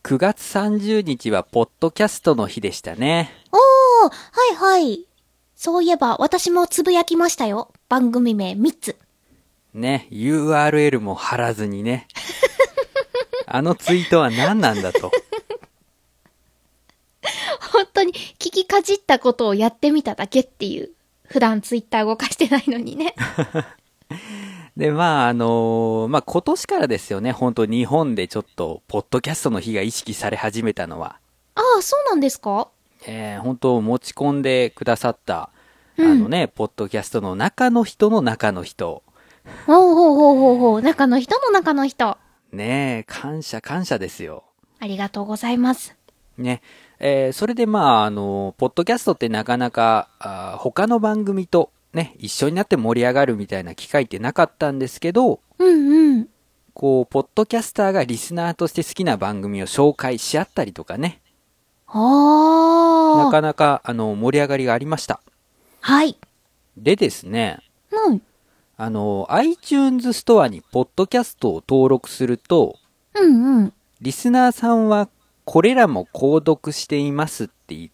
9月30日はポッドキャストの日でしたね。 おー、はいはい。そういえば私もつぶやきましたよ。番組名3つ。 ね、URL も貼らずにね。あのツイートは何なんだと。 本当に聞きかじったことをやってみただけっていう。普段ツイッター動かしてないのにね。 で、まあ今年からですよね。本当日本でちょっとポッドキャストの日が意識され始めたのは。 ああ、そうなんですか？ 本当持ち込んでくださった、 うん、 ポッドキャストの中の人の中の人。 ほうほうほうほうほう。中の人の中の人。 ねえ、感謝感謝ですよ。 ありがとうございます。 ね。それでポッドキャストってなかなか、他の番組とね、一緒になって盛り上がるみたいな機会ってなかったんですけど、 うんうん。 こう、ポッドキャスターがリスナーとして好きな番組を紹介し合ったりとかね、なああ。 かなか、盛り上がりがありました。 はい。 でですね、 うん。 iTunes ストアにポッドキャストを登録すると、 うんうん。 リスナーさんはこれらも購読していますって言って、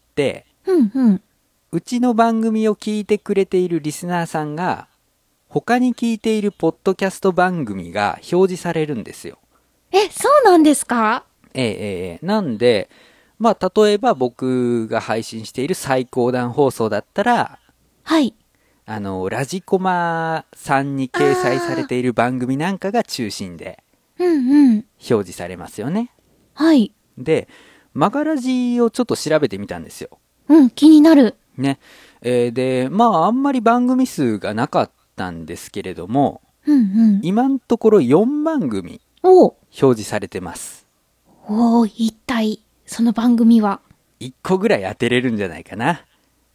うんうん。 うちの番組を聞いてくれているリスナーさんが、他に聞いているポッドキャスト番組が表示されるんですよ。 そうなんですか？ なんで、まあ、例えば僕が配信している最高段放送だったら、 はい。 ラジコマさんに掲載されている番組なんかが中心でうんうん。 表示されますよね。 はい。 で、マガラジをちょっと調べてみたんですよ。 うん、気になる。 ね。で、まあ、あんまり番組数がなかったんですけれども、 うんうん。 今のところ4番組おう。 表示されてます。 おー、一体、その番組は。 1個ぐらい当てれるんじゃないかな。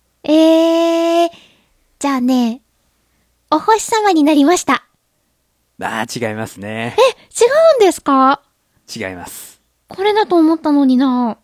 じゃあね、お星様になりました。 ああ、違いますね。 違うんですか？ 違います。 これだと思ったのにな。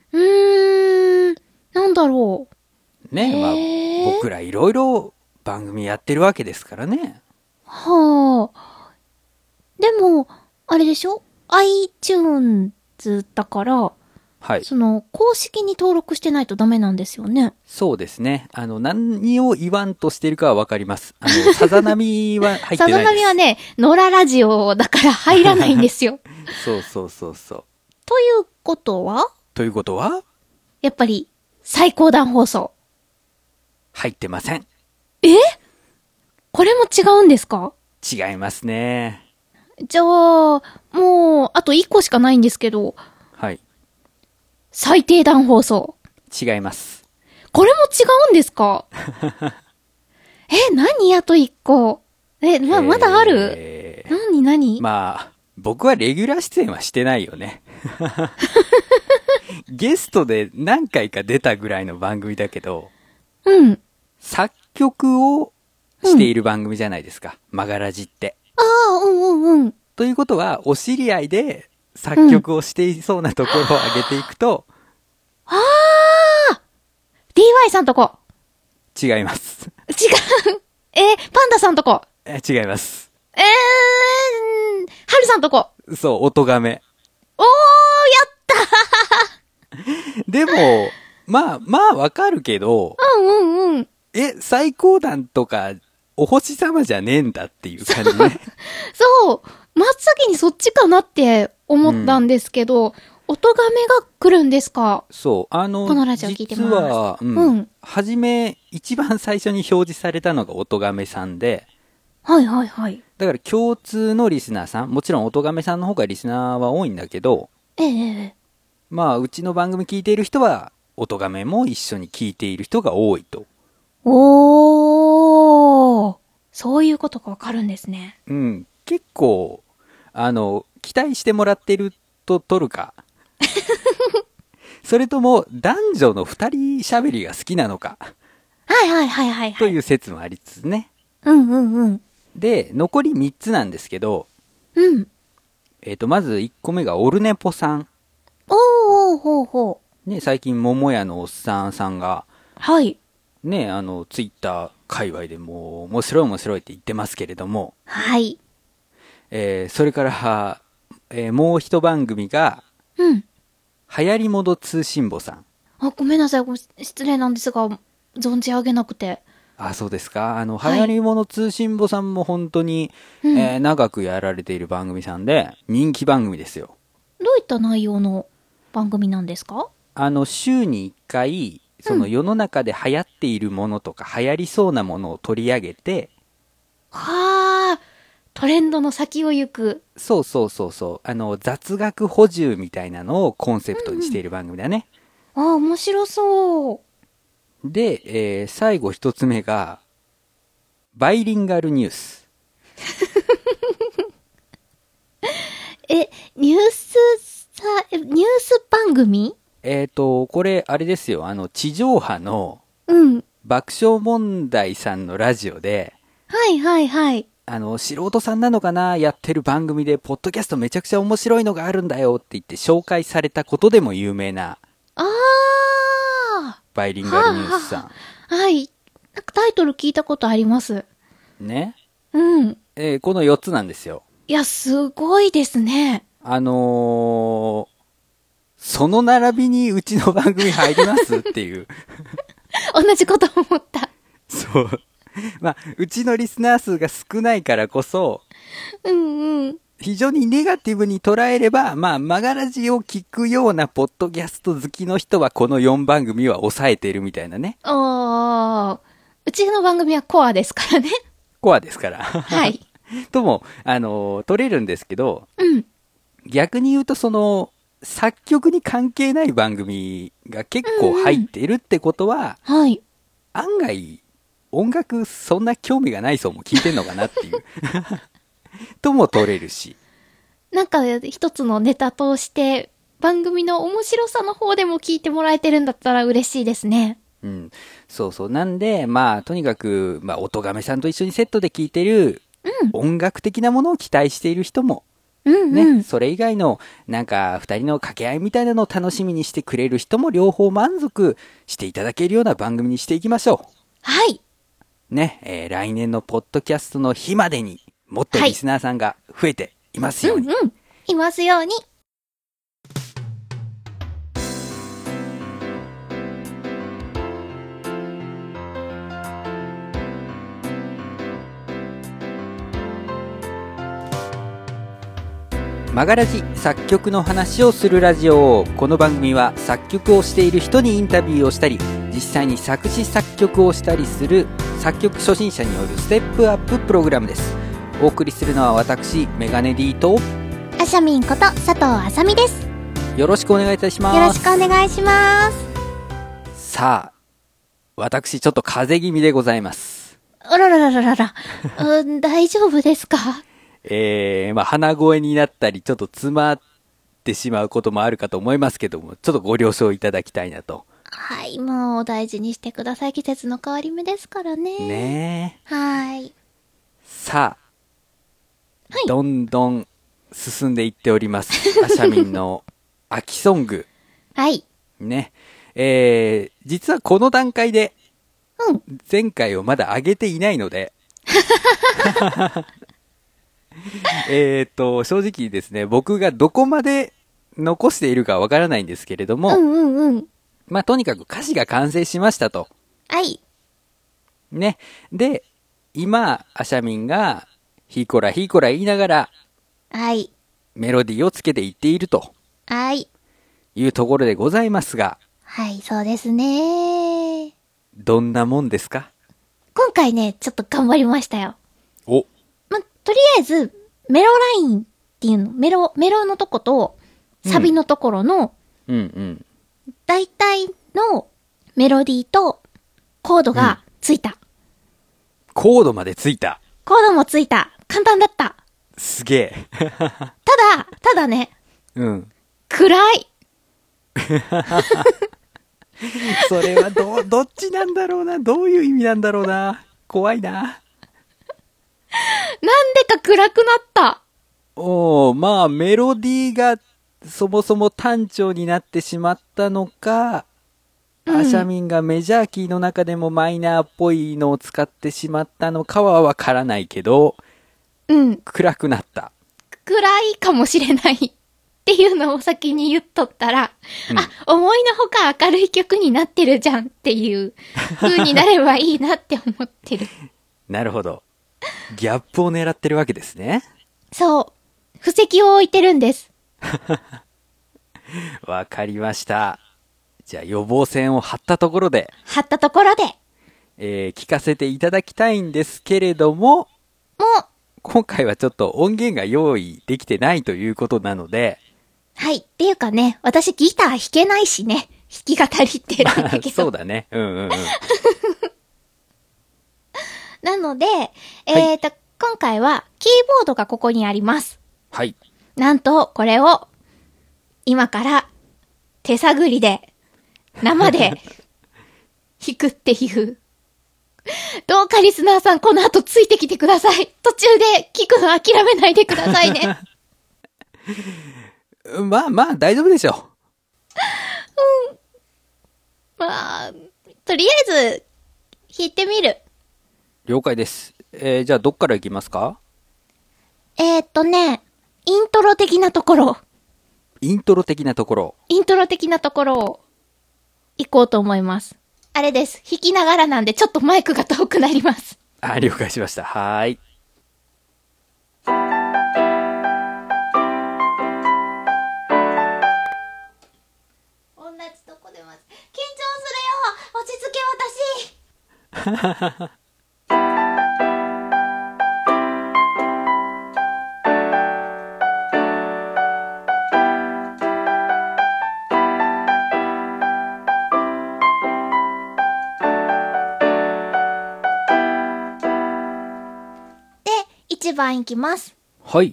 なんだろう。 ね、まあ、僕らいろいろ番組やってるわけですからね。 はあ。でも、あれでしょ？ iTunes だから、 はい。 その、公式に登録してないとダメなんですよね。 そうですね。何を言わんとしてるかはわかります。さざ波は入ってないです。 さざ波はね、野良ラジオだから入らないんですよ。 そうそうそうそう。 ということは、 ということはやっぱり、最高段放送。 入ってません。 これも違うんですか？ 違いますね。 じゃあ、もう、あと1個しかないんですけど、 はい。 最低段放送。 違います。 これも違うんですか？何あと1個。まだある？何まあ、僕はレギュラー出演はしてないよね。ゲストで何回か出たぐらいの番組だけど、 うん。 作曲をしている番組じゃないですか。マガラジって。 ああ、うん。 ということは、お知り合いで作曲をしていそうなところを上げていくと、 DY さんとこ。 違います。 違う。パンダさんとこ。 違います。 はるさんとこ。 そう、音がめ。 おー、やったでも、まあわかるけど、 うん。 最高段とか、お星様じゃねえんだっていう感じね。 そう。真っ先にそっちかなって思ったんですけど、音がめが来るんですか？ そう、 このラジオ聞いてます。 実は、初め、一番最初に表示されたのが音がめさんで、 はい。 だから共通のリスナーさん、もちろん音がめさんの方がリスナーは多いんだけど、まあ、うちの番組聞いている人は、音がめも一緒に聞いている人が多いと。 おー。そういうことがわかるんですね。 うん、結構、期待してもらってると取るか。それとも、男女の二人喋りが好きなのか。 はい。 という説もありつつね。 うん。 で、残り3つなんですけど、まず1個目がオルネポさん。 ほう。 ね、最近桃屋のおっさんさんが、 はい。 ね、ツイッター界隈でもう面白いって言ってますけれども、 はい。 それから、もう一番組が、 流行りもの通信簿さん。 ごめんなさい。失礼なんですが、存じ上げなくて。 そうですか。流行りもの通信簿さんも本当に、長くやられている番組さんで、人気番組ですよ。 どういった内容の番組なんですか？ 週に1回、その世の中で流行っているものとか、流行りそうなものを取り上げて、 はあ、トレンドの先を行く。 そう。雑学補充みたいなのをコンセプトにしている番組だね。 面白そう。 で、最後一つ目が、バイリンガルニュース。 ニュース番組？ これ、あれですよ。地上波の、爆笑問題さんのラジオで、 はい。 素人さんなのかな、やってる番組で、ポッドキャストめちゃくちゃ面白いのがあるんだよって言って紹介されたことでも有名な、バイリンガルニュースさん。 はい。なんかタイトル聞いたことあります。 ね。 うん。 この4つなんですよ。 いや、すごいですね。 その並びにうちの番組入りますっていう。 同じこと思った。 そう。まあ、うちのリスナー数が少ないからこそ、非常にネガティブに捉えれば、まあ、マガラジを聞くようなポッドキャスト好きの人はこの4番組は抑えているみたいなね。 うちの番組はコアですからね。 コアですから。 はい。 とも、取れるんですけど、逆に言うと作曲に関係ない番組が結構入っているってことは、案外、音楽そんな興味がない層も聞いてんのかなっていう。とも取れるし。 なんか一つのネタとして番組の面白さの方でも聞いてもらえてるんだったら嬉しいですね。 そう。なんで、まあ、とにかく、まあ、音亀さんと一緒にセットで聴いてる、音楽的なものを期待している人も、ね、それ以外の、なんか、二人の掛け合いみたいなのを楽しみにしてくれる人も両方満足していただけるような番組にしていきましょう。 はい。 ね、来年のポッドキャストの日までにもっとリスナーさんが増えていますように。 いますように。 マガラジ作曲の話をするラジオ。この番組は作曲をしている人にインタビューをしたり、実際に作詞作曲をしたりする作曲初心者によるステップアッププログラムです。お送りするのは私メガネ D とアシャミンこと佐藤あさみです。 よろしくお願いいたします。 よろしくお願いします。 さあ、私ちょっと風邪気味でございます。 あらららららら、大丈夫ですか？ まあ、鼻声になったり、ちょっと詰まってしまうこともあるかと思いますけども、ちょっとご了承いただきたいなと。 はい、もうお大事にしてください。季節の変わり目ですからね。 ねえ。はい。 さあ、どんどん進んでいっております。アシャミンの秋ソング。 はい。 ね。実はこの段階で、前回をまだ上げていないので、正直ですね、僕がどこまで残しているかわからないんですけれども、まあ、とにかく歌詞が完成しましたと。 はい。 ね。で、今、アシャミンが、ヒーコラヒーコラ言いながら、 はい。 メロディーをつけていっていると。 はい。 いうところでございますが。 はい、そうですね。 どんなもんですか？ 今回ね、ちょっと頑張りましたよ。 お。 とりあえず、メロラインっていうの、メロのとこと、サビのところの、大体のメロディーとコードがついた。 コードまでついた。 コードもついた。簡単だった。 すげえ。 ただね。暗い。 それはどっちなんだろうな。どういう意味なんだろうな。怖いな。 なんでか暗くなった。 まあメロディーがそもそも単調になってしまったのか、アシャミンがメジャーキーの中でもマイナーっぽいのを使ってしまったのかはわからないけど、暗くなった。 暗いかもしれない。 っていうのを先に言っとったら、思いのほか明るい曲になってるじゃんっていう風になればいいなって思ってる。 なるほど。ギャップを狙ってるわけですね。 そう。布石を置いてるんです。 わかりました。じゃあ予防線を張ったところで。聞かせていただきたいんですけれども、今回はちょっと音源が用意できてないということなので。 はい。っていうかね、私ギター弾けないしね。弾き語りってるんだけど。 そうだね。 なので、今回はキーボードがここにあります。 はい。 なんと、これを、今から手探りで、生で弾くっていう。どうかリスナーさん、この後ついてきてください。途中で聞くの諦めないでくださいね。 まあ、大丈夫でしょう。まあ、とりあえず、弾いてみる。 了解です。じゃあどっから行きますか？ イントロ的なところを行こうと思います。あれです。弾きながらなんでちょっとマイクが遠くなります。 了解しました。はーい。 同じとこでます。緊張するよ。落ち着け私。1番いきます。 はい。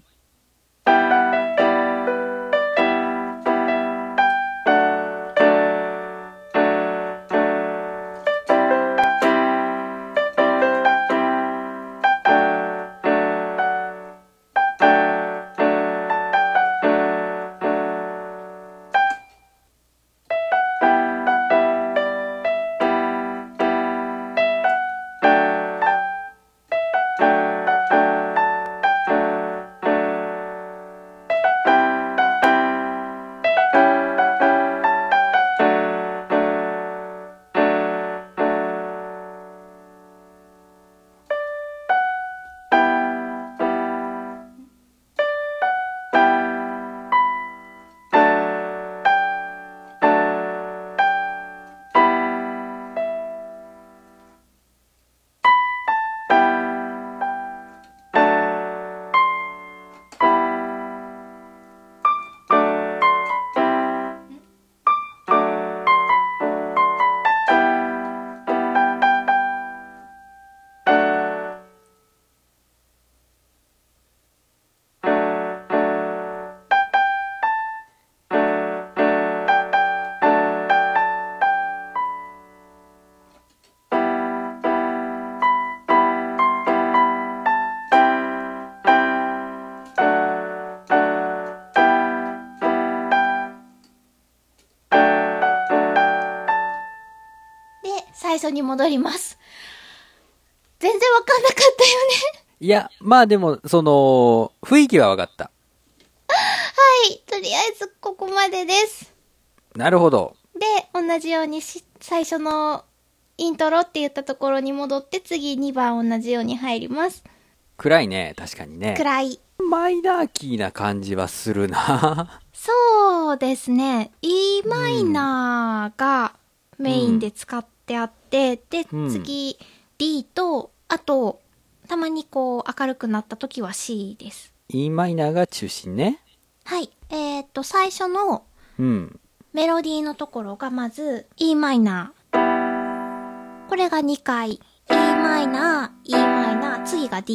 最初に戻ります。全然わかんなかったよね。 いや、まあでも、雰囲気はわかった。はい、とりあえずここまでです。 なるほど。 で、同じように最初のイントロって言ったところに戻って、次2番同じように入ります。 暗いね、確かにね。 暗い。 マイナーキーな感じはするな。 そうですね。E マイナーがメインで使ってあって、で、次 D と、あと、たまにこう明るくなった時は C です。 E マイナーが中心ね。 はい。最初のメロディーのところがまず E マイナー。これが2回。E マイナー、E マイナー、次が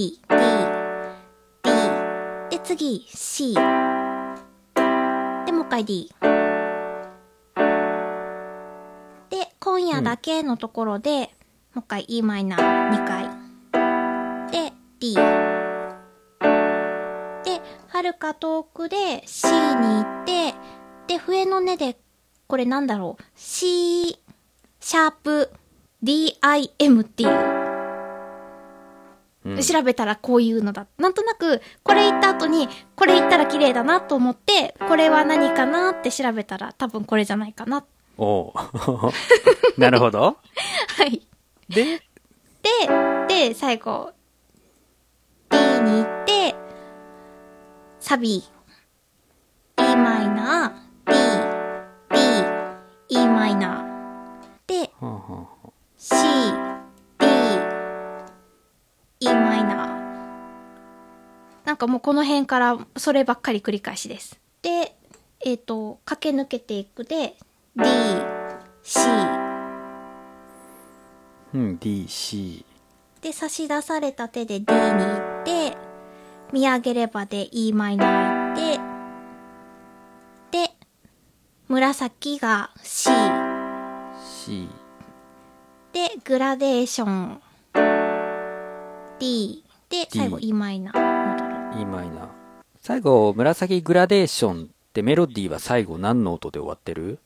D、D、D。で、次 C。で、もう一回 D。で、今夜だけのところで、もう一回 E マイナー2回。で、D。で、遥か遠くで C に行って、で、笛の音で、これなんだろう。C、シャープ、DIM っていう。 調べたらこういうのだ。なんとなく、これ言った後に、これ言ったら綺麗だなと思って、これは何かなって調べたら、多分これじゃないかな。 おう。なるほど。 はい。で、最後、D に行って、サビ、E マイナー、D、D、E マイナー。で、C、D、E マイナー。なんかもうこの辺からそればっかり繰り返しです。で、駆け抜けていくで、D、C。 D、C。 で、差し出された手で D に行って、見上げればで E マイナー行って、で、紫が C。 C。 で、グラデーション D。で、最後 E マイナー戻る。 E マイナー。最後、紫グラデーションってメロディーは最後何の音で終わってる？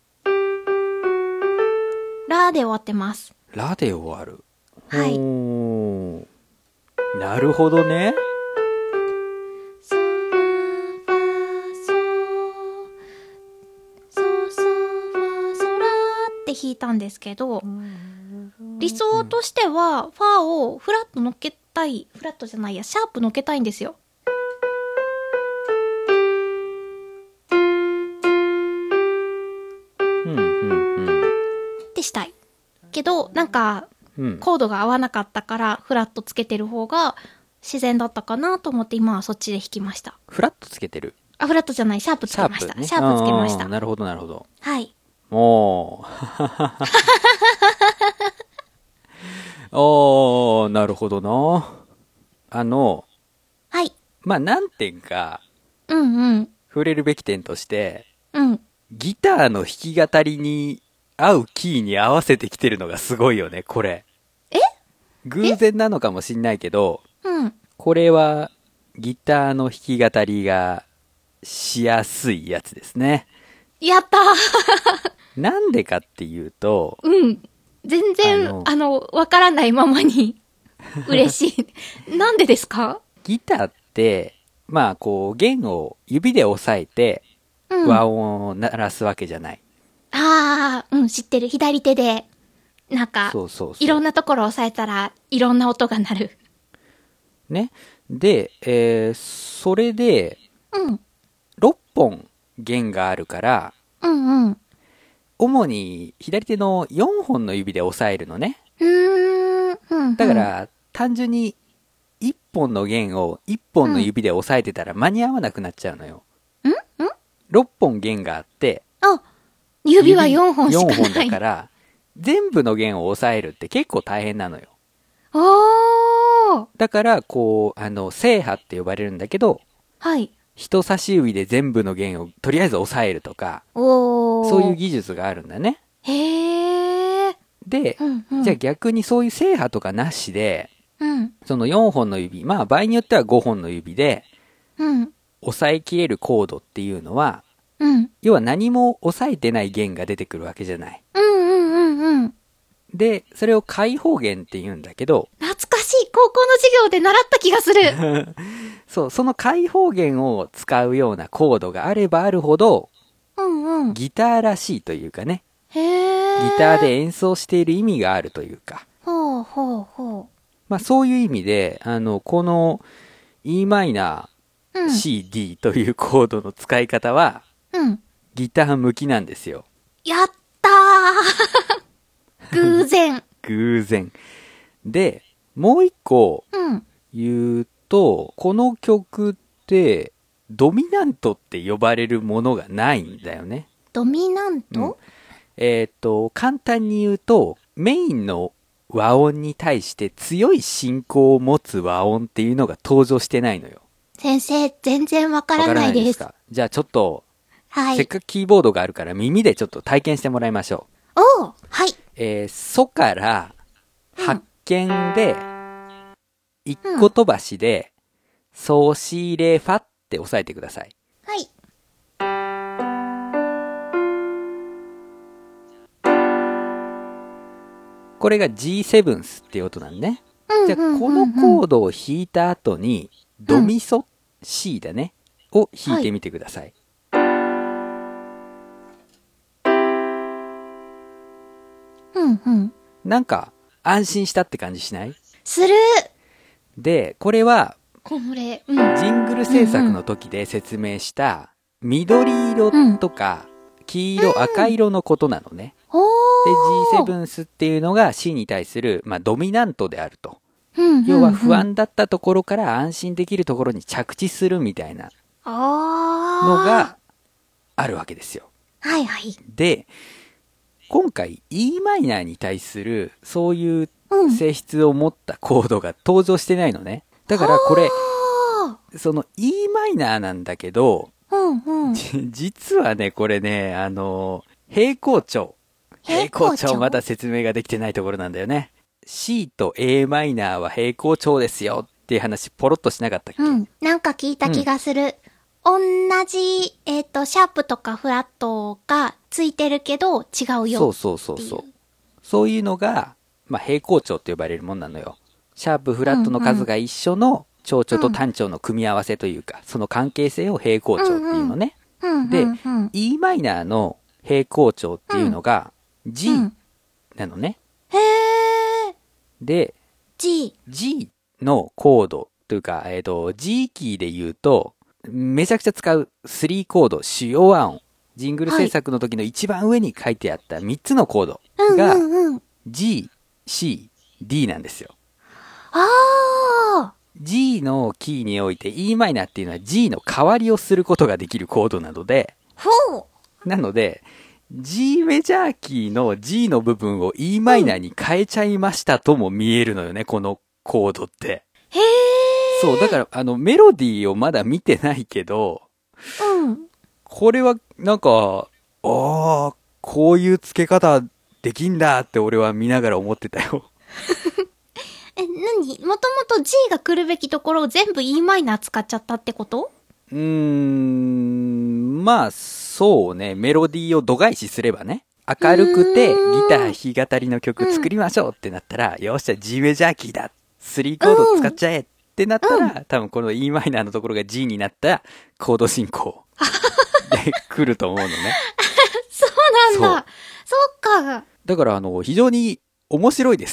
ラで終わってます。 ラで終わる。 はい。 なるほどね。 ソファソソソファソラって弾いたんですけど、理想としてはファをフラット乗っけたい、フラットじゃないや、シャープ乗っけたいんですよ。ってしたい。けど、なんか、コードが合わなかったから、フラットつけてる方が自然だったかなと思って、今はそっちで弾きました。 フラットつけてる？ あ、フラットじゃない、シャープつけました。シャープつけました。 なるほど、なるほど。 はい。 おー、なるほどな。 はい。 まあ、何点か、触れるべき点として、ギターの弾き語りに合うキーに合わせてきてるのがすごいよね、これ。偶然なのかもしんないけど、これはギターの弾き語りがしやすいやつですね。 やったーなんでかっていうと、 全然、わからないままに嬉しい。なんでですか？ ギターって、まあこう弦を指で押さえて、和音を鳴らすわけじゃない。 知ってる。左手で、なんか、いろんなところを押さえたら、いろんな音が鳴る。 ね。で、それで、6本弦があるから、主に左手の4本の指で押さえるのね。だから、単純に1本の弦を1本の指で押さえてたら間に合わなくなっちゃうのよ。6本弦があって、 指は4本しかない。 4本だから、全部の弦を押さえるって結構大変なのよ。だから、こう、正波って呼ばれるんだけど、人差し指で全部の弦をとりあえず押さえるとか、そういう技術があるんだね。で、じゃあ逆にそういう正波とかなしで、その4本の指、まあ場合によっては5本の指で、押さえきれるコードっていうのは、要は何も押さえてない弦が出てくるわけじゃない。で、それを開放弦って言うんだけど、 懐かしい、高校の授業で習った気がする。 そう、その開放弦を使うようなコードがあればあるほど、ギターらしいというかね、ギターで演奏している意味があるというか、まあそういう意味で、この E マイナー、C、D というコードの使い方は、ギター向きなんですよ。 やったー偶然。 偶然。で、もう一個言うと、この曲って、ドミナントって呼ばれるものがないんだよね。 ドミナント？ 簡単に言うと、メインの和音に対して強い進行を持つ和音っていうのが登場してないのよ。 先生、全然わからないです。 じゃあちょっと、せっかくキーボードがあるから耳でちょっと体験してもらいましょう。はい。 ソから発見で、一個飛ばしで、ソシレファって押さえてください。 はい。 これが G7 っていう音なんね。 じゃあ、このコードを弾いた後に、ドミソ C だね。を弾いてみてください。なんか、安心したって感じしない？ する。 で、これは、 これ、 ジングル制作の時で説明した、緑色とか、黄色、赤色のことなのね。で、G7 スっていうのが C に対する、ドミナントであると。要は不安だったところから安心できるところに着地するみたいなのがあるわけですよ。 はいはい。 で、今回 e マイナーに対するそういう性質を持ったコードが登場してないのね。だからこれ、その e マイナーなんだけど、実はね、これね、平行調まだ説明ができてないところなんだよね。C と a マイナーは平行調ですよっていう話ポロッとしなかったっけ？ なんか聞いた気がする。同じ、シャープとかフラットがついてるけど違うよ。 そう。そういうのが、平行調って呼ばれるもんなのよ。シャープ、フラットの数が一緒の長調と単調の組み合わせというか、その関係性を平行調っていうのね。で、e マイナーの平行調っていうのが G なのね。で、G のコードというか、G キーで言うと、めちゃくちゃ使う3コード、主要和音。ジングル制作の時の一番上に書いてあった3つのコードが G、C、D なんですよ。G のキーにおいて e マイナーっていうのは G の代わりをすることができるコードなので、なので、G メジャーキーの G の部分を e マイナーに変えちゃいましたとも見えるのよね、このコードって。そう、だからメロディーをまだ見てないけど、これはなんか、こういう付け方できんだって俺は見ながら思ってたよ。 もともと G が来るべきところを全部 e マイナー使っちゃったってこと？ そうね。メロディーを度外視すればね。明るくてギター弾き語りの曲作りましょうってなったら、よっしゃ G メジャーキーだ !3 コード使っちゃえってなったら、多分この e マイナーのところが G になったコード進行で来ると思うのね。 そうなんだ。そっか。 だから非常に面白いです。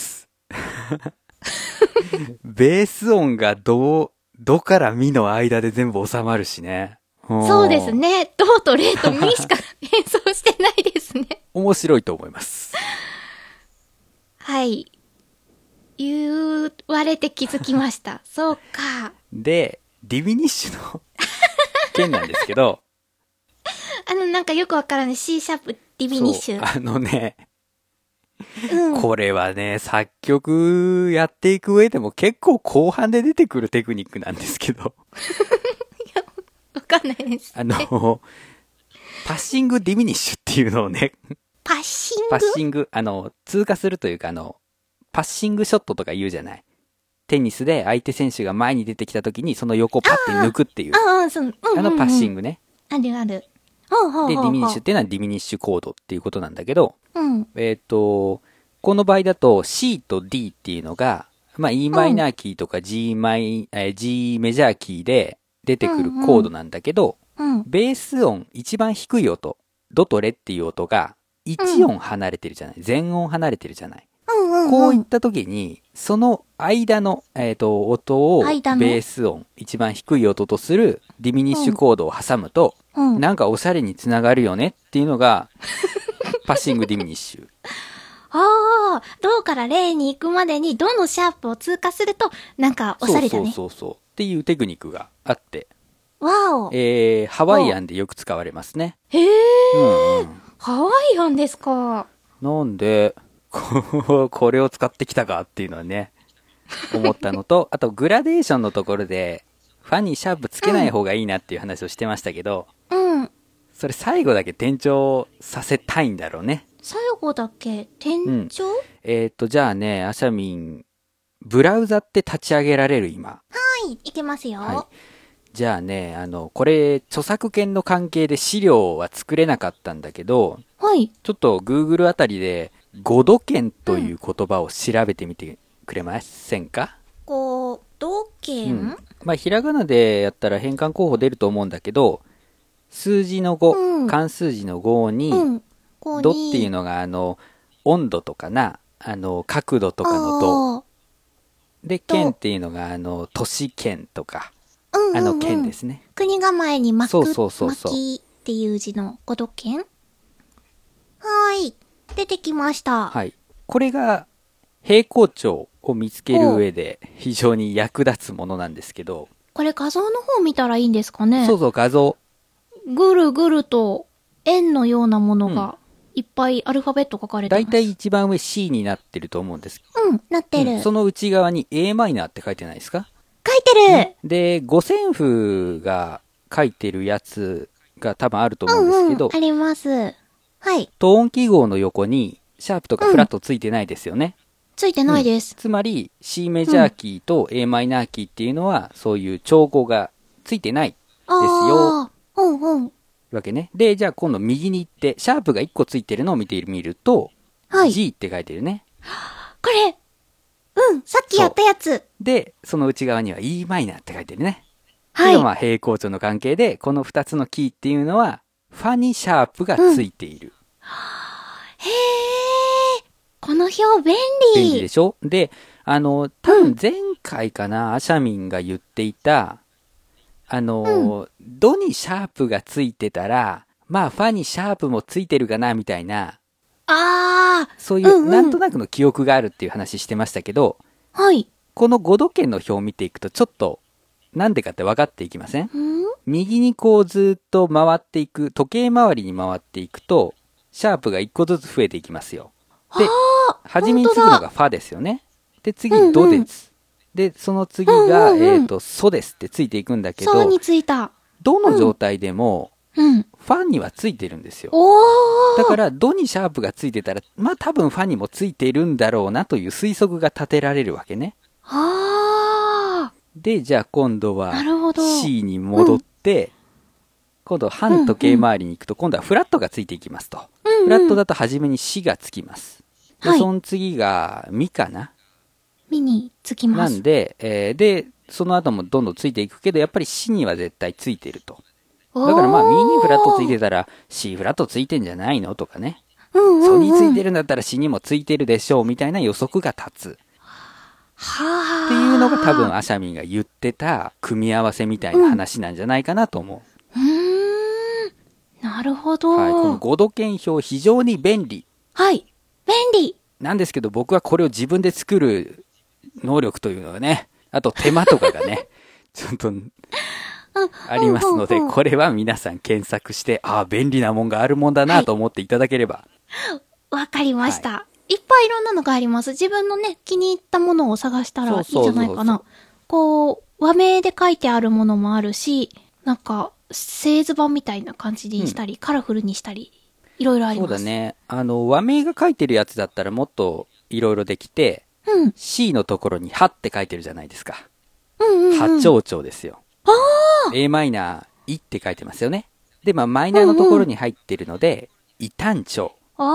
ベース音がドからミの間で全部収まるしね。 そうですね。ドとレとミしか演奏してないですね。 面白いと思います。 はい。言われて気づきました。そうか。 で、ディミニッシュの件なんですけど。 なんかよくわからない C シャープディミニッシュ。 これはね、作曲やっていく上でも結構後半で出てくるテクニックなんですけど。 いや、わかんないです、ね。 パッシングディミニッシュっていうのをね。 パッシング、 通過するというかパッシングショットとか言うじゃない。テニスで相手選手が前に出てきた時にその横をパッて抜くっていう。パッシングね。 あるある。で、 ディミニッシュっていうのはディミニッシュコードっていうことなんだけど、この場合だと C と D っていうのが、E マイナーキーとか G メジャーキーで出てくるコードなんだけど、ベース音、一番低い音、ドとレっていう音が1音離れてるじゃない。全音離れてるじゃない。こういった時に、その間の、音をベース音、一番低い音とするディミニッシュコードを挟むと、なんかおしゃれにつながるよねっていうのが、パッシングディミニッシュ。 ドからレに行くまでにドのシャープを通過すると、なんかおしゃれだね。 そう。っていうテクニックがあって。 ハワイアンでよく使われますね。 ハワイアンですか。 なんで、これを使ってきたかっていうのはね、思ったのと、あとグラデーションのところで、ファンにシャープつけない方がいいなっていう話をしてましたけど、それ最後だけ転調させたいんだろうね。 最後だけ転調、 じゃあね、アシャミン、ブラウザって立ち上げられる今。 いけますよ。 はい。じゃあね、これ、著作権の関係で資料は作れなかったんだけど、ちょっと Google あたりで、5度圏という言葉を調べてみてくれませんか？ 5度圏、 まあ、ひらがなでやったら変換候補出ると思うんだけど、数字の5、漢数字の5に、度っていうのが、温度とかな、角度とかの度。で、県っていうのが、都市圏とか、県ですね。 国構えに巻く、 そう巻きっていう字の5度圏。はい。出てきました。 はい。これが、平行長を見つける上で非常に役立つものなんですけど。 これ画像の方見たらいいんですかね？ そうそう、画像。 ぐるぐると円のようなものがいっぱいアルファベット書かれてます。 だいたい一番上 C になってると思うんです。 なってる。 その内側に a マイナーって書いてないですか？ 書いてる、 で、五線譜が書いてるやつが多分あると思うんですけど。 あります。はい。 等音記号の横にシャープとかフラットついてないですよね。 ついてないです。 つまり C メジャーキーと a マイナーキーっていうのはそういう調合がついてないですよ。わけね。で、じゃあ今度右に行って、シャープが1個ついてるのを見てみると、G って書いてるね。 これ、さっきやったやつ。 で、その内側には E マイナーって書いてるね。はい。これがまあ平行調の関係で、この2つのキーっていうのは、ファにシャープがついている。 へー。この表便利。 便利でしょ？で、多分前回かな、アシャミンが言っていた、ドにシャープがついてたら、まあ、ファにシャープもついてるかな、みたいな。そういう、なんとなくの記憶があるっていう話してましたけど、 はい。 この5度圏の表を見ていくと、ちょっと、なんでかって分かっていきません？右にこうずっと回っていく、時計回りに回っていくと、シャープが1個ずつ増えていきますよ。で、初めにつくのがファですよね。で、次、ドです。で、その次が、ソですってついていくんだけど、 ソについた。 どの状態でも、ファにはついてるんですよ。だから、ドにシャープがついてたら、まあ多分ファにもついているんだろうなという推測が立てられるわけね。で、じゃあ今度は C に戻って、今度反時計回りに行くと、今度はフラットがついていきますと。フラットだと初めに C がつきます。で、その次がミかな。 ミにつきます。 なんで、で、その後もどんどんついていくけど、やっぱり C には絶対ついてると。だからまあ、ミにフラットついてたら C フラットついてんじゃないのとかね。ソについてるんだったら C にもついてるでしょうみたいな予測が立つ。っていうのが多分アシャミンが言ってた組み合わせみたいな話なんじゃないかなと思う。 なるほど。 はい。この5度圏表非常に便利。 はい。便利。 なんですけど僕はこれを自分で作る能力というのはね、あと手間とかがね、ちょっとありますので、これは皆さん検索して、ああ、便利なもんがあるもんだなと思っていただければ。 わかりました。いっぱいいろんなのがあります。自分のね、気に入ったものを探したらいいんじゃないかな。こう、和名で書いてあるものもあるし、なんか、製図版みたいな感じにしたり、カラフルにしたり、いろいろあります。 そうだね。和名が書いてるやつだったらもっといろいろできて、C のところにはって書いてるじゃないですか。は長調ですよ。A マイナー、いって書いてますよね。で、まあ、マイナーのところに入ってるので、い単調。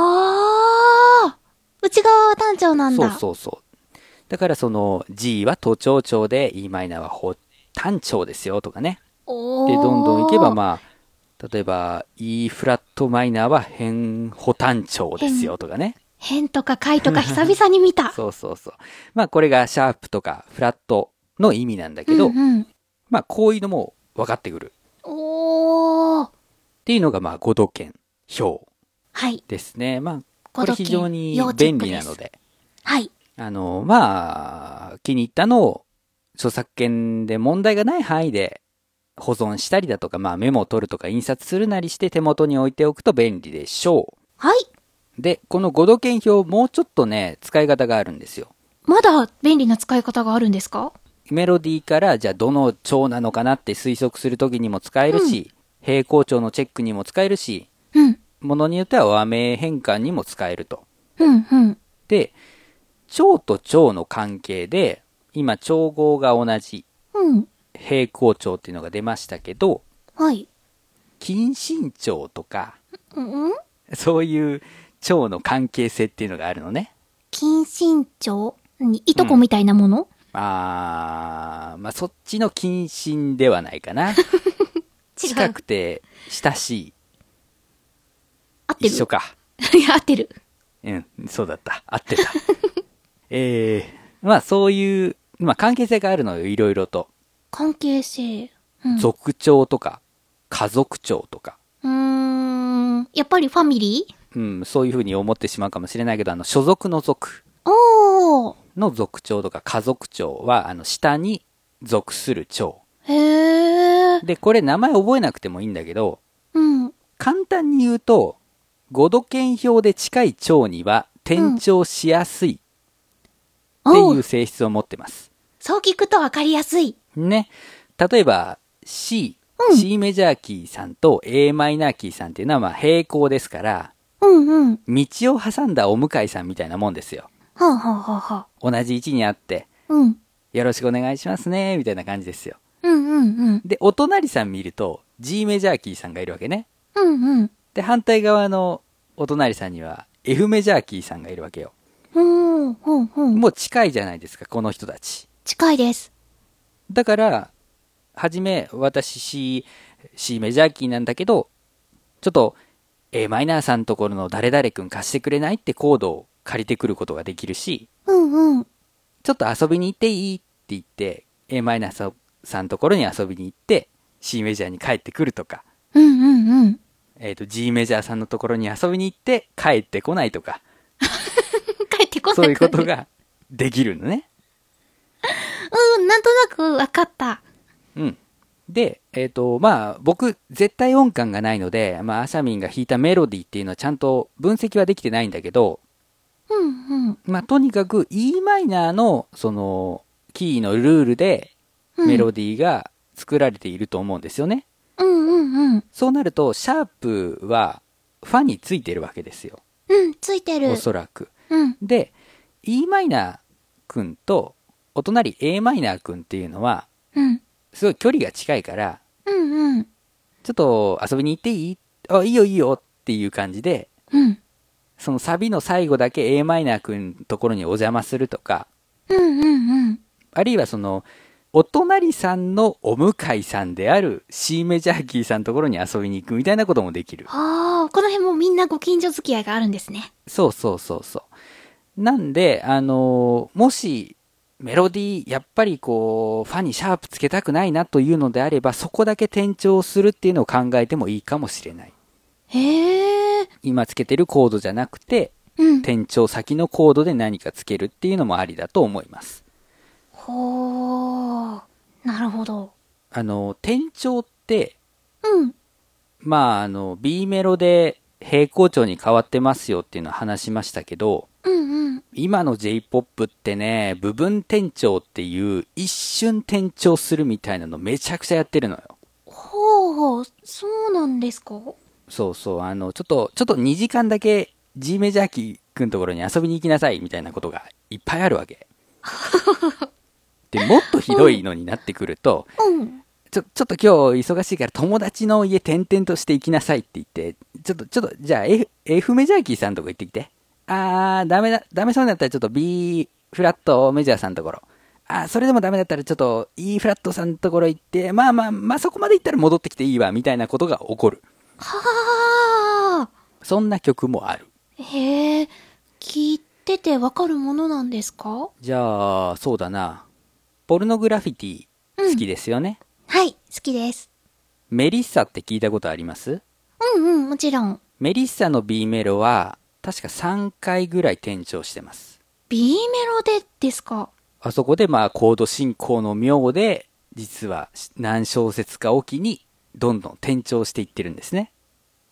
内側は単調なんだ。 そう。だからその G は都長調で E マイナーは補単調ですよとかね。で、どんどんいけばまあ、例えば E フラットマイナーは変補単調ですよとかね。 変とか解とか久々に見た。 そう。まあこれがシャープとかフラットの意味なんだけど、まあこういうのも分かってくる。っていうのがまあ5度圏表ですね。まあこれ非常に便利なので。 はい。 まあ、気に入ったのを著作権で問題がない範囲で保存したりだとか、まあメモを取るとか印刷するなりして手元に置いておくと便利でしょう。 はい。 で、この5度圏表もうちょっとね、使い方があるんですよ。 まだ便利な使い方があるんですか？ メロディーからじゃあどの調なのかなって推測するときにも使えるし、平行調のチェックにも使えるし、ものによっては和名変換にも使えると。で、調と調の関係で、今調合が同じ、平行調っていうのが出ましたけど、近親調とか、そういう調の関係性っていうのがあるのね。 近親調？ いとこみたいなもの、 まあそっちの近親ではないかな。近くて親しい。 合ってる？ 一緒か。 いや、合ってる。 うん、そうだった。合ってた。まあそういう、まあ関係性があるのよ、いろいろと。 関係性。 族長とか、家族長とか。 やっぱりファミリー？うん、そういうふうに思ってしまうかもしれないけど、所属の族の族長とか家族長は、下に属する長。 へー。 で、これ名前覚えなくてもいいんだけど、簡単に言うと、五度圏表で近い長には転調しやすいっていう性質を持ってます。 そう聞くとわかりやすい。 ね。例えば C、C メジャーキーさんと A マイナーキーさんっていうのはまあ平行ですから、道を挟んだお向かいさんみたいなもんですよ。同じ位置にあって、よろしくお願いしますね、みたいな感じですよ。で、お隣さん見ると G メジャーキーさんがいるわけね。で、反対側のお隣さんには F メジャーキーさんがいるわけよ。もう近いじゃないですか、この人たち。 近いです。 だから、はじめ、私 C メジャーキーなんだけど、ちょっと A マイナーさんのところの誰々くん貸してくれないってコードを借りてくることができるし、ちょっと遊びに行っていいって言って、A マイナーさんのところに遊びに行って、C メジャーに帰ってくるとか、G メジャーさんのところに遊びに行って帰ってこないとか、 帰ってこない。 そういうことができるのね。 なんとなく分かった。 で、まあ、僕、絶対音感がないので、まあ、アシャミンが弾いたメロディーっていうのはちゃんと分析はできてないんだけど、まあ、とにかく E マイナーの、その、キーのルールで、メロディーが作られていると思うんですよね。そうなると、シャープは、ファについてるわけですよ。 ついてる。 おそらく。で、E マイナーくんと、お隣 A マイナーくんっていうのは、すごい距離が近いから、ちょっと遊びに行っていい？あ、いいよいいよっていう感じで、そのサビの最後だけ A マイナーくんのところにお邪魔するとか、あるいはその、お隣さんのお向かいさんである C メジャーキーさんのところに遊びに行くみたいなこともできる。 この辺もみんなご近所付き合いがあるんですね。 そう。なんで、もし、メロディー、やっぱりこう、ファにシャープつけたくないなというのであれば、そこだけ転調するっていうのを考えてもいいかもしれない。今つけてるコードじゃなくて、転調先のコードで何かつけるっていうのもありだと思います。 なるほど。 転調って、まあ、B メロで平行調に変わってますよっていうのは話しましたけど、今の J-POP ってね、部分転調っていう一瞬転調するみたいなのめちゃくちゃやってるのよ。 そうなんですか？ そう、ちょっと2時間だけ G メジャーキーくんところに遊びに行きなさいみたいなことがいっぱいあるわけ。で、もっとひどいのになってくると、ちょっと今日忙しいから友達の家転々として行きなさいって言って、ちょっと、じゃあ F メジャーキーさんとこ行ってきて。ダメそうになったらちょっと B フラットメジャーさんのところ。それでもダメだったらちょっと E フラットさんのところ行って、まあそこまで行ったら戻ってきていいわ、みたいなことが起こる。そんな曲もある。 聞いててわかるものなんですか？ じゃあ、そうだな。ポルノグラフィティ、好きですよね。 はい、好きです。 メリッサって聞いたことあります？ もちろん。 メリッサの B メロは、確か3回ぐらい転調してます。 B メロでですか？ あそこでまあコード進行の妙で、実は何小節かおきにどんどん転調していってるんですね。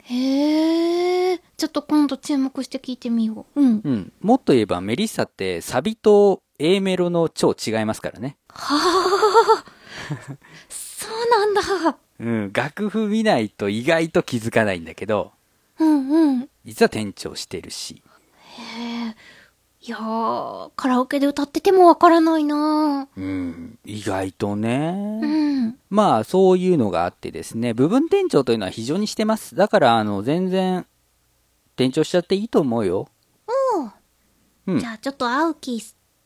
ちょっと今度注目して聞いてみよう。 もっと言えばメリッサってサビと A メロの調違いますからね。 そうなんだ。 楽譜見ないと意外と気づかないんだけど、実は転調してるし。 いやー、カラオケで歌っててもわからないな。 意外とね。まあ、そういうのがあってですね、部分転調というのは非常にしてます。だから、全然、転調しちゃっていいと思うよ。 じゃあ、ちょっと青木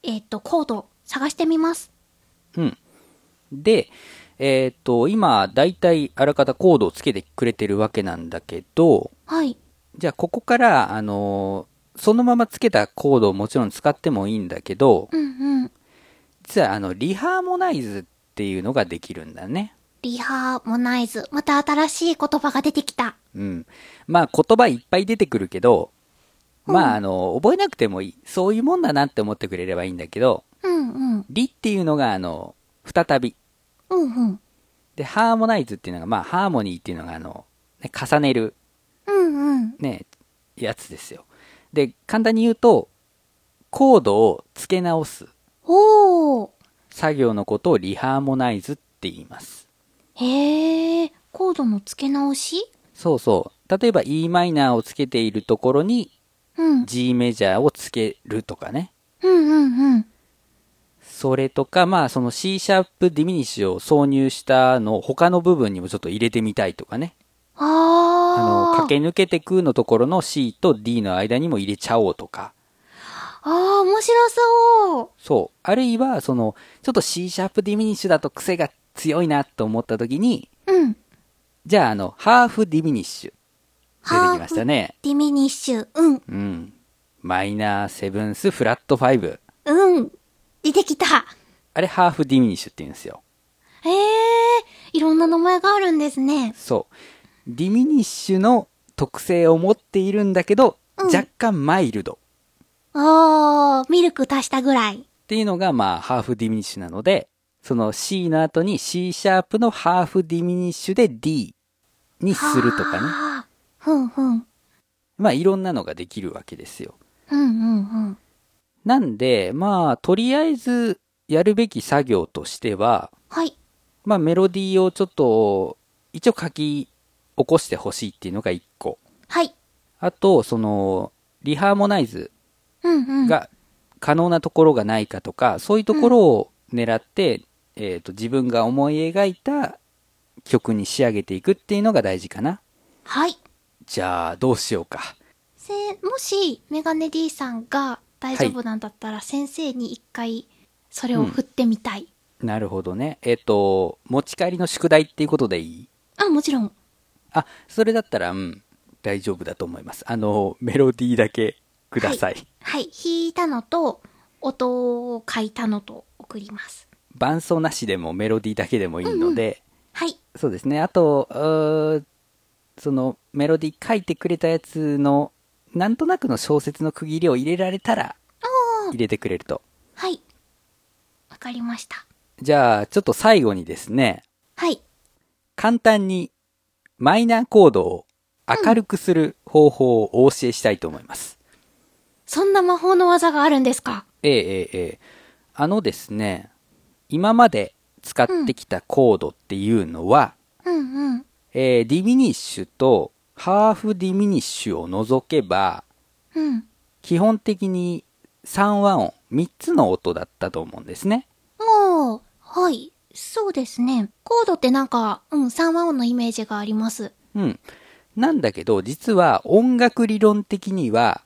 コード探してみます。 うん。で、今、だいたいあらかたコードをつけてくれてるわけなんだけど、 はい。 じゃあ、ここから、そのままつけたコードをもちろん使ってもいいんだけど、 うんうん。 実は、リハーモナイズっていうのができるんだね。 リハーモナイズ。また新しい言葉が出てきた。 うん。まあ、言葉いっぱい出てくるけど、まあ、覚えなくてもいい。そういうもんだなって思ってくれればいいんだけど、 うんうん。 リっていうのが、再び。 うんうん。 で、ハーモナイズっていうのが、まあ、ハーモニーっていうのが、ね、重ねる、 うんうん。 ね、やつですよ。で、簡単に言うと、コードを付け直すおー。 作業のことをリハーモナイズって言います。 へー。コードの付け直し？ そうそう。例えば e マイナーをつけているところに、 うん。 G メジャーをつけるとかね。 うんうんうん。 それとか、まあ、その C シャープディミニッシュを挿入したのを他の部分にもちょっと入れてみたいとかね。駆け抜けてくのところの C と D の間にも入れちゃおうとか。 面白そう。 そう。あるいは、ちょっと C シャープディミニッシュだと癖が強いなと思った時に、 うん。 じゃあ、ハーフディミニッシュ。出てきましたね。 ディミニッシュ。うん。 うん。マイナーセブンスフラット5。 うん。出てきた。 あれ、ハーフディミニッシュって言うんですよ。 へえ、いろんな名前があるんですね。 そう。ディミニッシュの特性を持っているんだけど、若干マイルド。 ミルク足したぐらい。 っていうのが、まあ、ハーフディミニッシュなので、その C の後に C シャープのハーフディミニッシュで D にするとかね。 ふんふん。 まあ、いろんなのができるわけですよ。 うんうんうん。 なんで、まあ、とりあえずやるべき作業としては、 はい。 まあ、メロディーをちょっと、一応書き起こしてほしいっていうのが一個。 はい。 あと、リハーモナイズが可能なところがないかとか、そういうところを狙って、自分が思い描いた曲に仕上げていくっていうのが大事かな。 はい。 じゃあ、どうしようか。 もし、メガネ D さんが大丈夫なんだったら、先生に一回、それを振ってみたい。 なるほどね。持ち帰りの宿題っていうことでいい？ もちろん。 それだったら、大丈夫だと思います。メロディーだけください。 はい。弾いたのと、音を書いたのと送ります。 伴奏なしでもメロディーだけでもいいので、 はい。 そうですね。あと、そのメロディー書いてくれたやつの、なんとなくの小説の区切りを入れられたら、入れてくれると。 はい。わかりました。 じゃあ、ちょっと最後にですね。 はい。 簡単に、マイナーコードを明るくする方法をお教えしたいと思います。 そんな魔法の技があるんですか？ ええ。ですね、今まで使ってきたコードっていうのは、ディミニッシュとハーフディミニッシュを除けば、基本的に3和音、3つの音だったと思うんですね。 はい。そうですね。コードってなんか、3和音のイメージがあります。 なんだけど、実は音楽理論的には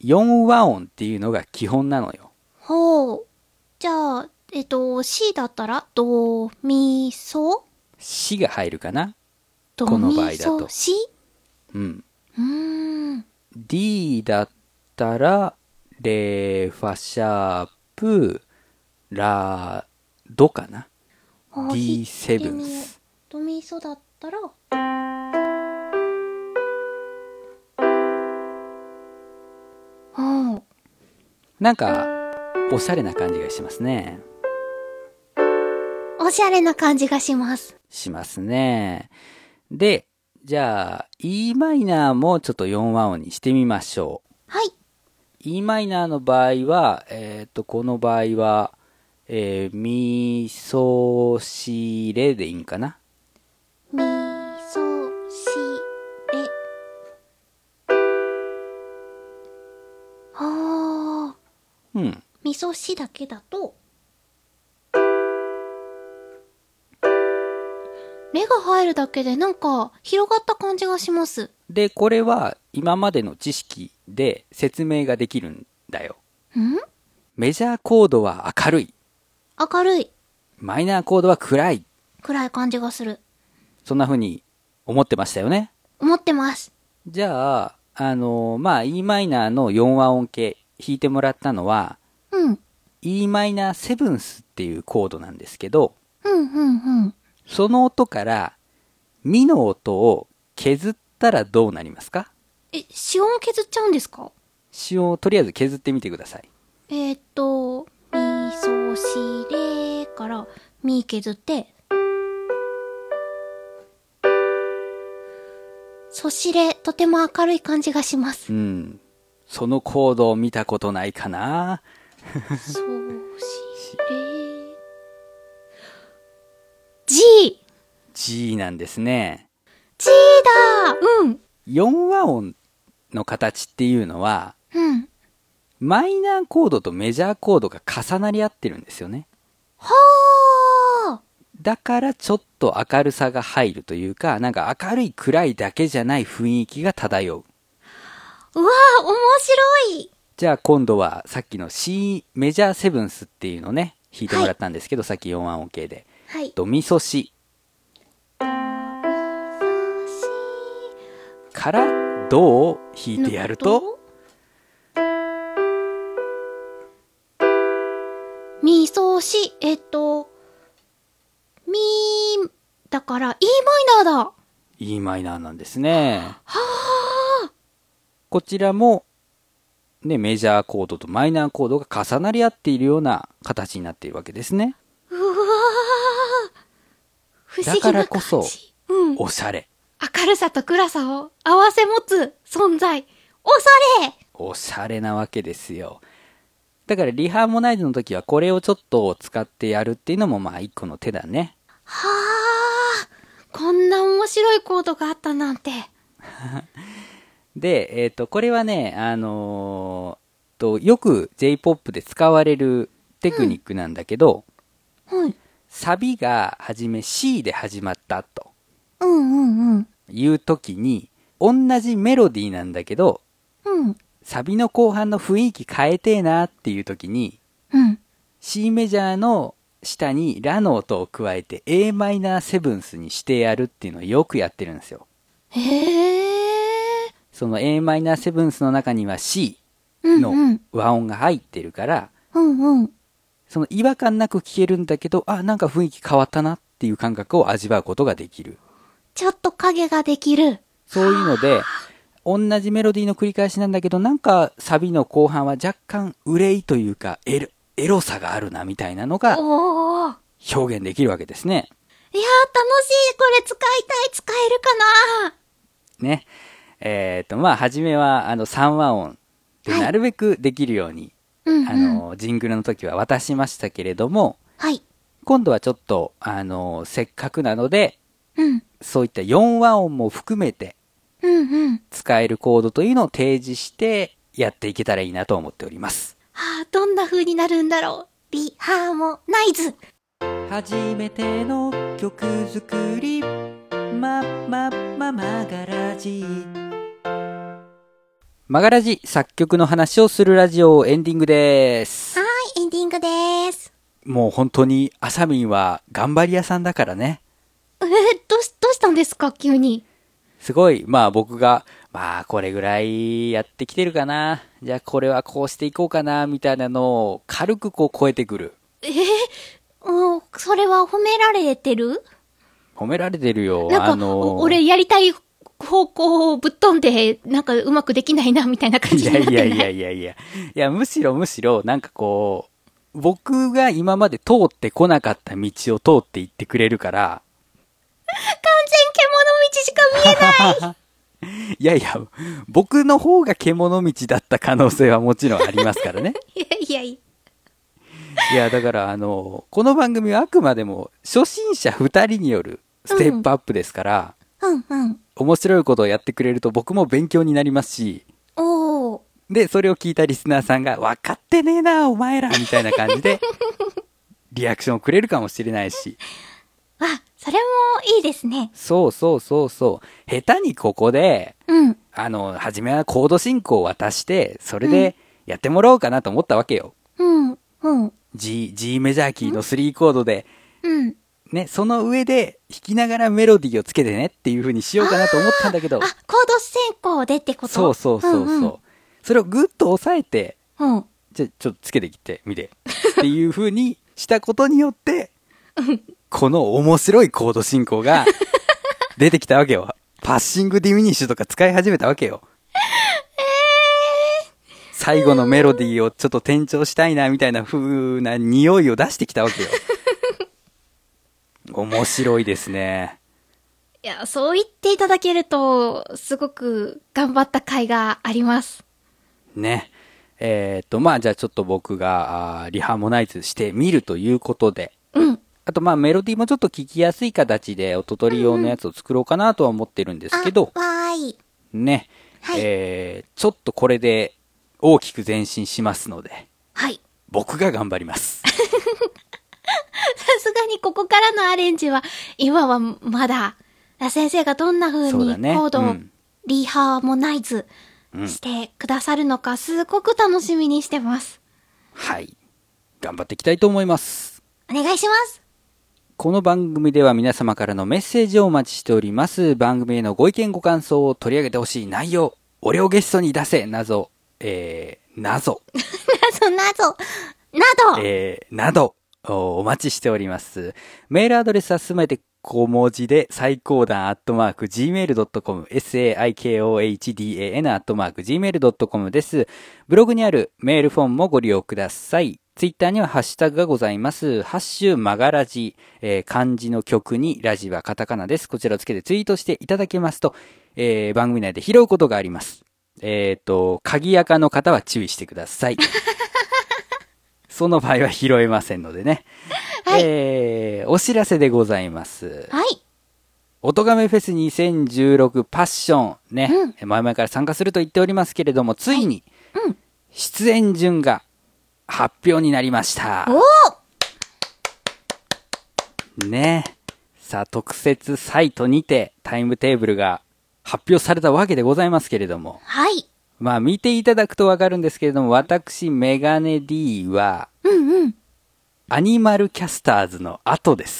4和音っていうのが基本なのよ。 じゃあ、C だったら、ド、ミ、ソ？ シが入るかな？ ド、 この場合だと。 ミ、ソ、シ？ D だったら、レ、ファシャープ、ラ、ドかな？ D7。 ドミソだったら、 なんか、おしゃれな感じがしますね。 おしゃれな感じがします。 しますね。で、じゃあ、E マイナーもちょっと4和音にしてみましょう。 はい。 E マイナーの場合は、この場合は、ミ、ソ、シ、レでいいんかな？ ミ、ソ、シ、レ。ミソシだけだと、レが入るだけでなんか広がった感じがします。 で、これは今までの知識で説明ができるんだよ。 メジャーコードは明るい。 明るい。 マイナーコードは暗い。 暗い感じがする。 そんな風に思ってましたよね。 思ってます。 じゃあ、E マイナーの4和音系弾いてもらったのは、 うん。 E マイナーセブンスっていうコードなんですけど、 うん。 その音からミの音を削ったらどうなりますか？ 子音削っちゃうんですか？ 子音をとりあえず削ってみてください。 ミソシレからミ削って、ソシレとても明るい感じがします。 うん。そのコードを見たことないかな？ ソシレ G。 G なんですね。 G だ。うん。 4和音の形っていうのは、 うん。 マイナーコードとメジャーコードが重なり合ってるんですよね。 はあ。 だからちょっと明るさが入るというか、なんか明るい暗いだけじゃない雰囲気が漂う。 うわあ、面白い。 じゃあ今度はさっきの C メジャーセブンスっていうのね、弾いてもらったんですけど、さっき4和音系で。 はい。 ドミソシ。からドを弾いてやると、 ミソシ、ミー、だから E マイナーだ。 E マイナーなんですね。 はあ。 こちらも、ね、メジャーコードとマイナーコードが重なり合っているような形になっているわけですね。 うわー。不思議な感じ。 だからこそ、 うん、 おしゃれ。 明るさと暗さを合わせ持つ存在。おしゃれ。 おしゃれなわけですよ。だからリハーモナイズの時はこれをちょっと使ってやるっていうのもまあ一個の手だね。 はあ。こんな面白いコードがあったなんて。 で、これはね、よく J-POP で使われるテクニックなんだけど、 はい。 サビがはじめ C で始まったとうん。 いう時に、同じメロディーなんだけど、 うん。 サビの後半の雰囲気変えてえなっていう時に、 うん。 C メジャーの下にラの音を加えて A マイナーセブンスにしてやるっていうのをよくやってるんですよ。 へえ。 その A マイナーセブンスの中には C の和音が入ってるから、 うん。 その違和感なく聴けるんだけど、あ、なんか雰囲気変わったなっていう感覚を味わうことができる。 ちょっと影ができる。 そういうので、同じメロディーの繰り返しなんだけど、なんかサビの後半は若干憂いというかエロさがあるなみたいなのが表現できるわけですね。 いやー、楽しい。これ使いたい。使えるかな。 ね。初めは3和音でなるべくできるように、ジングルの時は渡しましたけれども、 はい。 今度はちょっと、せっかくなので、そういった4和音も含めて、使えるコードというのを提示してやっていけたらいいなと思っております。 はあ、どんな風になるんだろう。リハーモナイズ。 初めての曲作り、マガラジ。マガラジ作曲の話をするラジオエンディングです。 はい、エンディングです。 もう本当にあさみんは頑張り屋さんだからね。 どうしたんですか急に。 すごい、まあ僕が、まあこれぐらいやってきてるかな。じゃあこれはこうしていこうかな、みたいなのを軽くこう超えてくる。 それは褒められてる？ 褒められてるよ。 なんか、俺やりたい方向をぶっ飛んで、なんかうまくできないな、みたいな感じになってない？ いや、むしろ、なんかこう、僕が今まで通ってこなかった道を通っていってくれるから。 完全獣道しか見えないいや、僕の方が獣道だった可能性はもちろんありますからね。いや、だからこの番組はあくまでも初心者2人によるステップアップですから、面白いことをやってくれると僕も勉強になりますし、で、それを聞いたリスナーさんが、分かってねえな、お前らみたいな感じで、リアクションをくれるかもしれないし。 あ、それもいいですね。 そう。下手にここで、初めはコード進行を渡して、それでやってもらおうかなと思ったわけよ。 うん。 G メジャーキーの3コードで、 うん。 ね、その上で弾きながらメロディーをつけてねっていう風にしようかなと思ったんだけど。 コード進行でってこと？ そうそうそうそう。うんうん、それをぐっと押さえて、 うん。 ちょっとつけてきてみて。っていう風にしたことによって、この面白いコード進行が出てきたわけよ。パッシングディミニッシュとか使い始めたわけよ。最後のメロディーをちょっと転調したいなみたいな風な匂いを出してきたわけよ。面白いですね。 いや、そう言っていただけると、すごく頑張った甲斐があります。 ね。まあじゃあちょっと僕がリハモナイズしてみるということで。 うん。 あとまあメロディーもちょっと聞きやすい形で音取り用のやつを作ろうかなとは思ってるんですけど。 わーい。 ね。 はい。 ちょっとこれで大きく前進しますので。 はい。 僕が頑張ります。 さすがにここからのアレンジは、今はまだ、先生がどんな風にコードをリハモナイズしてくださるのか、すごく楽しみにしてます。 はい。頑張っていきたいと思います。 お願いします。 この番組では皆様からのメッセージをお待ちしております。番組へのご意見ご感想を取り上げてほしい内容、俺をゲストに出せ、謎、など、お待ちしております。メールアドレスはすべて小文字で、最高段@gmail.com、saikohdan @gmail.com です。ブログにあるメールフォームもご利用ください。ツイッターにはハッシュタグがございます。ハッシュマガラジ、漢字の曲にラジはカタカナです。こちらをつけてツイートしていただけますと、番組内で拾うことがあります。鍵垢の方は注意してください。その場合は拾えませんのでね。はい。お知らせでございます。 はい。 音亀フェス2016パッションね、前々から参加すると言っておりますけれども、ついに、出演順が発表になりました。ね。さあ、特設サイトにてタイムテーブルが発表されたわけでございますけれども。 はい。 まあ見ていただくとわかるんですけれども、私、メガネ D は、アニマルキャスターズの後です。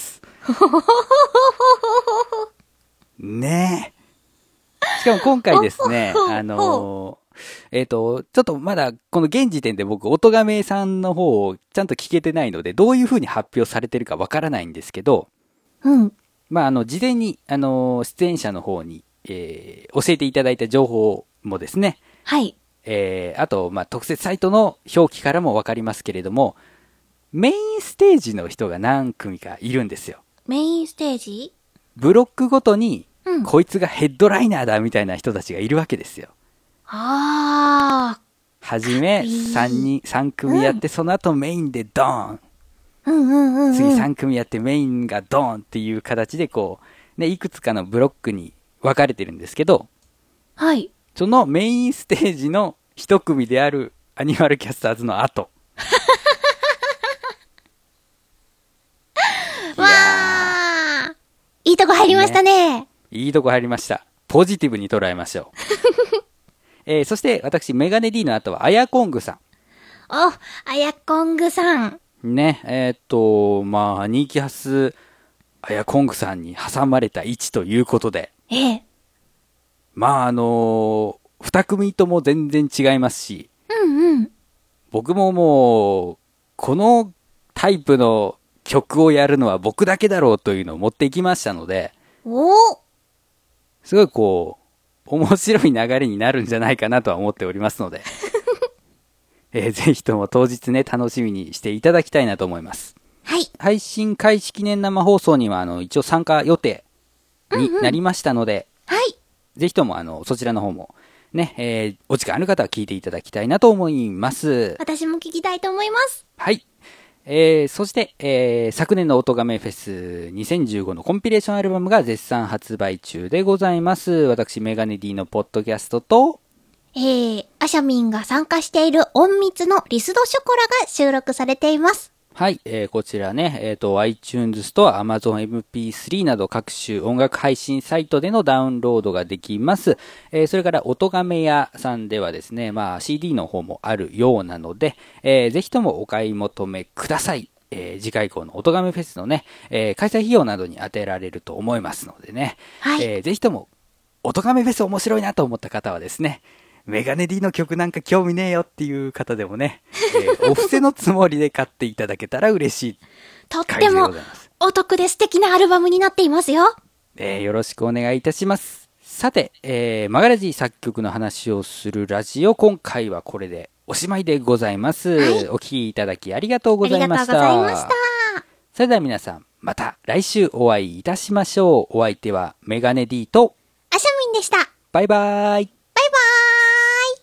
ねえ。しかも今回ですね、ちょっとまだこの現時点で僕、音亀さんの方をちゃんと聞けてないので、どういう風に発表されてるかわからないんですけど、まあ事前に、出演者の方に、教えていただいた情報もですね、 はい。 あと、まあ、特設サイトの表記からもわかりますけれども、メインステージの人が何組かいるんですよ。 メインステージ？ ブロックごとに、こいつがヘッドライナーだみたいな人たちがいるわけですよ。はじめ、3組やって、その後メインでドーン。次3組やってメインがドーンっていう形でこう、ね、いくつかのブロックに分かれてるんですけど、 はい。 そのメインステージの一組であるアニマルキャスターズの後。 わー、いいとこ入りましたね。 いいとこ入りました。ポジティブに捉えましょう。そして私、メガネ D の後はアヤコングさん。 アヤコングさん。 ね、まあ、アニキャス、アヤコングさんに挟まれた位置ということで。まあ2組とも全然違いますし、僕ももう、このタイプの曲をやるのは僕だけだろうというのを持っていきましたので、すごいこう、面白い流れになるんじゃないかなとは思っておりますので、ぜひとも当日ね、楽しみにしていただきたいなと思います。 はい。 配信開始記念生放送には一応参加予定になりましたので、 はい。 ぜひともそちらの方もね、お時間ある方は聞いていただきたいなと思います。 私も聞きたいと思います。 はい。そして、昨年の音亀フェス2015のコンピレーションアルバムが絶賛発売中でございます。私、メガネ D のポッドキャストと、 アシャミンが参加している隠密のリスドショコラが収録されています。 はい、こちらね、iTunes ストア、Amazon MP3 など各種音楽配信サイトでのダウンロードができます。それから、音亀屋さんではですね、まあ CD の方もあるようなので、ぜひともお買い求めください。次回以降の音亀フェスのね、開催費用などに当てられると思いますのでね、 はい、 ぜひとも、音亀フェス面白いなと思った方はですね、メガネ D の曲なんか興味ねえよっていう方でもね、お布施のつもりで買っていただけたら嬉しい。 とってもお得で素敵なアルバムになっていますよ。 よろしくお願いいたします。さて、マガラジ作曲の話をするラジオ、今回はこれでおしまいでございます。はい、お聞きいただきありがとうございました。 ありがとうございました。 それでは皆さん、また来週お会いいたしましょう。お相手はメガネ D とアシャミンでした。 バイバーイ。